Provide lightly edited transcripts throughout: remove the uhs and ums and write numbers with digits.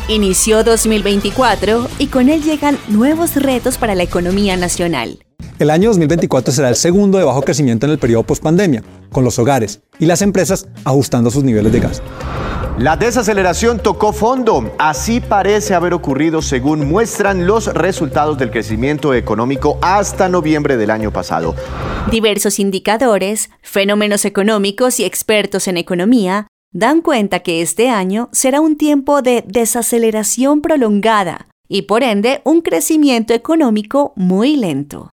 Inició 2024 y con él llegan nuevos retos para la economía nacional. El año 2024 será el segundo de bajo crecimiento en el periodo pospandemia, con los hogares y las empresas ajustando sus niveles de gasto. La desaceleración tocó fondo. Así parece haber ocurrido según muestran los resultados del crecimiento económico hasta noviembre del año pasado. Diversos indicadores, fenómenos económicos y expertos en economía dan cuenta que este año será un tiempo de desaceleración prolongada y por ende un crecimiento económico muy lento.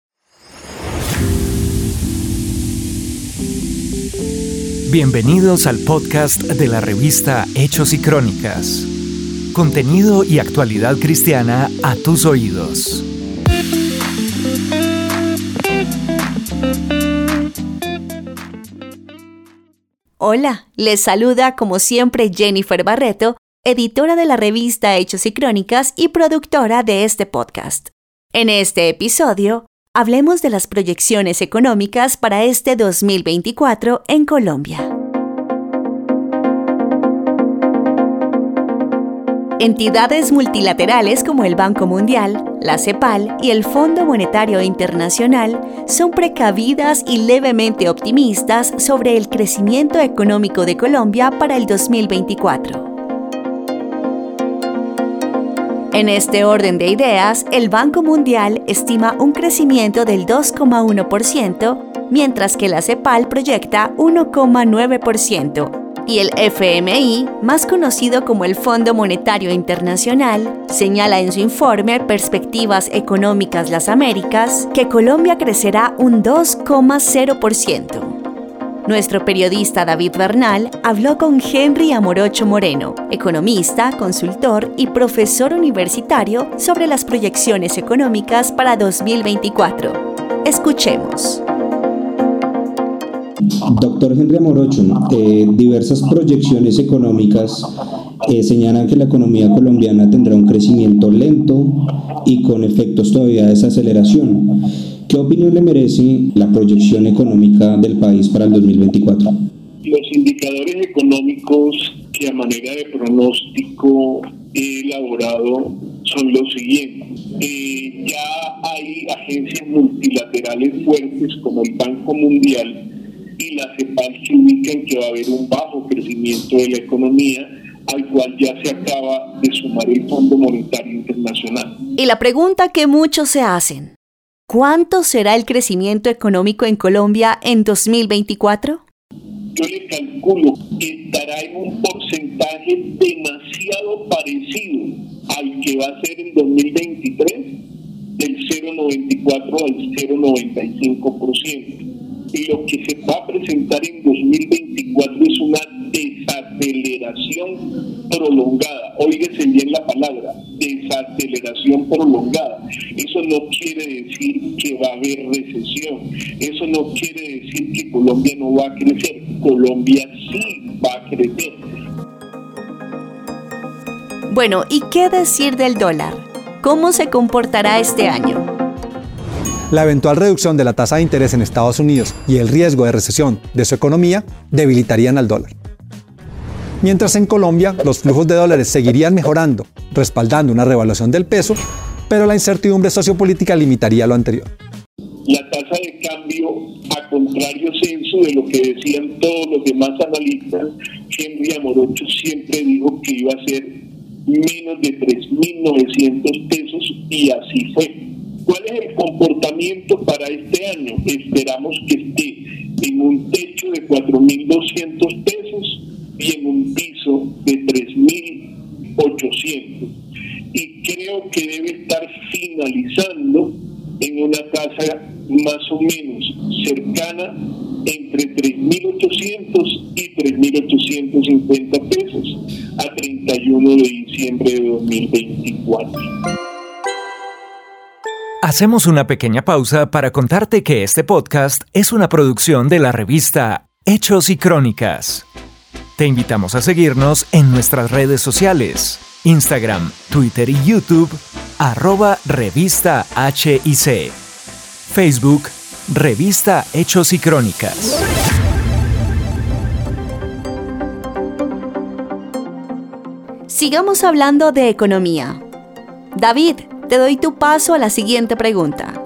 Bienvenidos al podcast de la revista Hechos y Crónicas. Contenido y actualidad cristiana a tus oídos. Hola, les saluda como siempre Jennifer Barreto, editora de la revista Hechos y Crónicas y productora de este podcast. En este episodio, hablemos de las proyecciones económicas para este 2024 en Colombia. Entidades multilaterales como el Banco Mundial, la CEPAL y el Fondo Monetario Internacional son precavidas y levemente optimistas sobre el crecimiento económico de Colombia para el 2024. En este orden de ideas, el Banco Mundial estima un crecimiento del 2,1%, mientras que la CEPAL proyecta 1,9%, y el FMI, más conocido como el Fondo Monetario Internacional, señala en su informe Perspectivas Económicas Las Américas que Colombia crecerá un 2,0%. Nuestro periodista David Bernal habló con Henry Amorocho Moreno, economista, consultor y profesor universitario sobre las proyecciones económicas para 2024. Escuchemos. Doctor Henry Amorocho, diversas proyecciones económicas señalan que la economía colombiana tendrá un crecimiento lento y con efectos todavía de desaceleración. ¿Qué opinión le merece la proyección económica del país para el 2024? Los indicadores económicos que a manera de pronóstico he elaborado son los siguientes. Ya hay agencias multilaterales fuertes como el Banco Mundial y la CEPAL que ubican que va a haber un bajo crecimiento de la economía, al cual ya se acaba de sumar el Fondo Monetario Internacional. Y la pregunta que muchos se hacen, ¿cuánto será el crecimiento económico en Colombia en 2024? Yo le calculo que estará en un porcentaje demasiado parecido al que va a ser en 2023, del 0,94 al 0,95%. Y lo que se va a presentar en 2024 es una desaceleración prolongada. Óigase bien la palabra, desaceleración prolongada. Eso no quiere decir que va a haber recesión. Eso no quiere decir que Colombia no va a crecer. Colombia sí va a crecer. Bueno, ¿y qué decir del dólar? ¿Cómo se comportará este año? La eventual reducción de la tasa de interés en Estados Unidos y el riesgo de recesión de su economía debilitarían al dólar. Mientras en Colombia los flujos de dólares seguirían mejorando, respaldando una revaluación del peso, pero la incertidumbre sociopolítica limitaría lo anterior. La tasa de cambio, a contrario censo de lo que decían todos los demás analistas, Henry Amorocho siempre dijo que iba a ser menos de 3.900 pesos y así fue. ¿Cuál es el comportamiento para este año? Esperamos que esté en un techo de 4.200 pesos y en un piso de 3.800. Y creo que debe estar finalizando en una tasa más o menos cercana entre 3.800 y 3.850 pesos a 31 de diciembre de 2024. Hacemos una pequeña pausa para contarte que este podcast es una producción de la revista Hechos y Crónicas. Te invitamos a seguirnos en nuestras redes sociales, Instagram, Twitter y YouTube, @revista HIC, Facebook, Revista Hechos y Crónicas. Sigamos hablando de economía. David, te doy tu paso a la siguiente pregunta.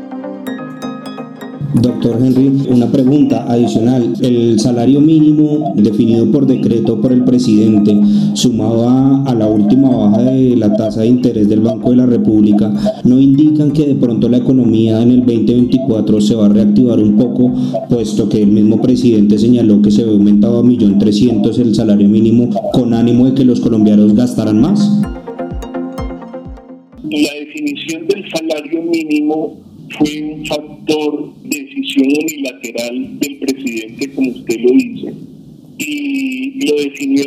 Doctor Henry, una pregunta adicional. El salario mínimo definido por decreto por el presidente, sumado a la última baja de la tasa de interés del Banco de la República, ¿no indican que de pronto la economía en el 2024 se va a reactivar un poco, puesto que el mismo presidente señaló que se había aumentado a 1.300.000 el salario mínimo con ánimo de que los colombianos gastaran más? La definición del salario mínimo fue un factor de decisión unilateral del presidente, como usted lo dice, y lo definió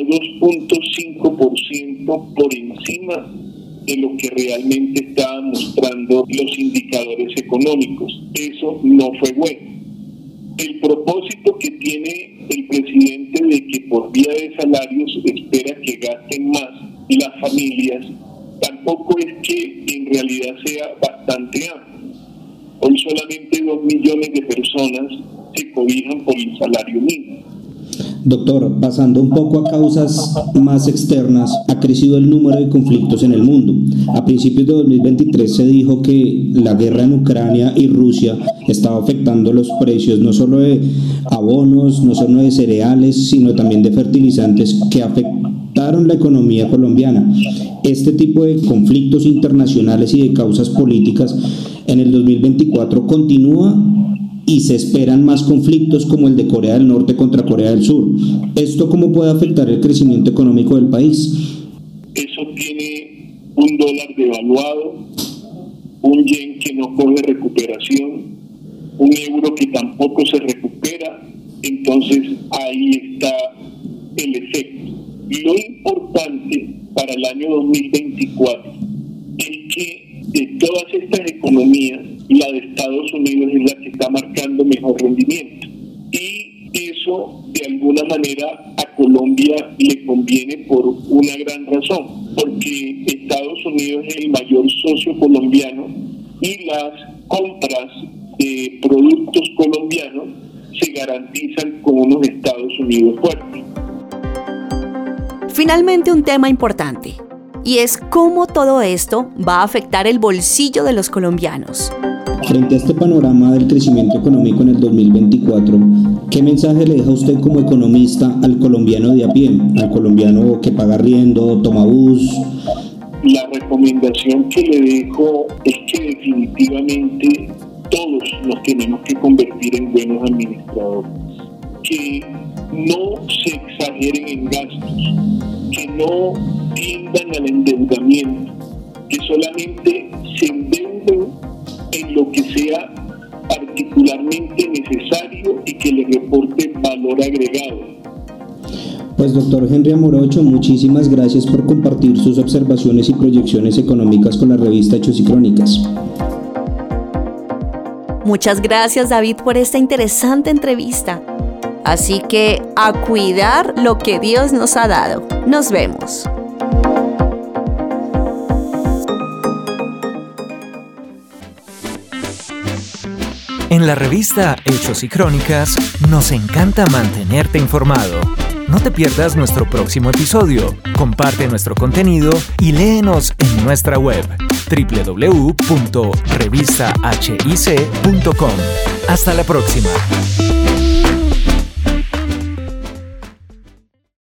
2.5% por encima de lo que realmente estaban mostrando los indicadores económicos. Eso no fue bueno. El propósito que tiene el presidente de que por vía de salarios espera que gasten más las familias, tampoco es que en realidad sea bastante amplio. Hoy solamente 2 millones de personas se cobijan por el salario mínimo. Doctor, pasando un poco a causas más externas, ha crecido el número de conflictos en el mundo. A principios de 2023 se dijo que la guerra en Ucrania y Rusia estaba afectando los precios no solo de abonos, no solo de cereales, sino también de fertilizantes que afectaron la economía colombiana. Este tipo de conflictos internacionales y de causas políticas en el 2024 continúa y se esperan más conflictos como el de Corea del Norte contra Corea del Sur. ¿Esto cómo puede afectar el crecimiento económico del país? Eso tiene un dólar devaluado, un yen que no coge recuperación, un euro que tampoco se recupera, entonces ahí está el efecto. Lo importante para el año 2024 es que de todas estas economías, la de Estados Unidos es la que está marcando mejor rendimiento. Y eso, de alguna manera, a Colombia le conviene por una gran razón, porque Estados Unidos es el mayor socio colombiano y las compras de productos colombianos se garantizan con unos Estados Unidos fuertes. Finalmente, un tema importante, y es cómo todo esto va a afectar el bolsillo de los colombianos. Frente a este panorama del crecimiento económico en el 2024, ¿qué mensaje le deja usted como economista al colombiano de a pie, al colombiano que paga arriendo, toma bus? La recomendación que le dejo es que definitivamente todos nos tenemos que convertir en buenos administradores, que no se exageren en gastos, que no tiendan al endeudamiento, que solamente se endeuden en lo que sea particularmente necesario y que le reporte valor agregado. Pues doctor Henry Amorocho, muchísimas gracias por compartir sus observaciones y proyecciones económicas con la revista Hechos y Crónicas. Muchas gracias, David, por esta interesante entrevista. Así que a cuidar lo que Dios nos ha dado. Nos vemos. En la revista Hechos y Crónicas nos encanta mantenerte informado. No te pierdas nuestro próximo episodio, comparte nuestro contenido y léenos en nuestra web www.revistahic.com. Hasta la próxima.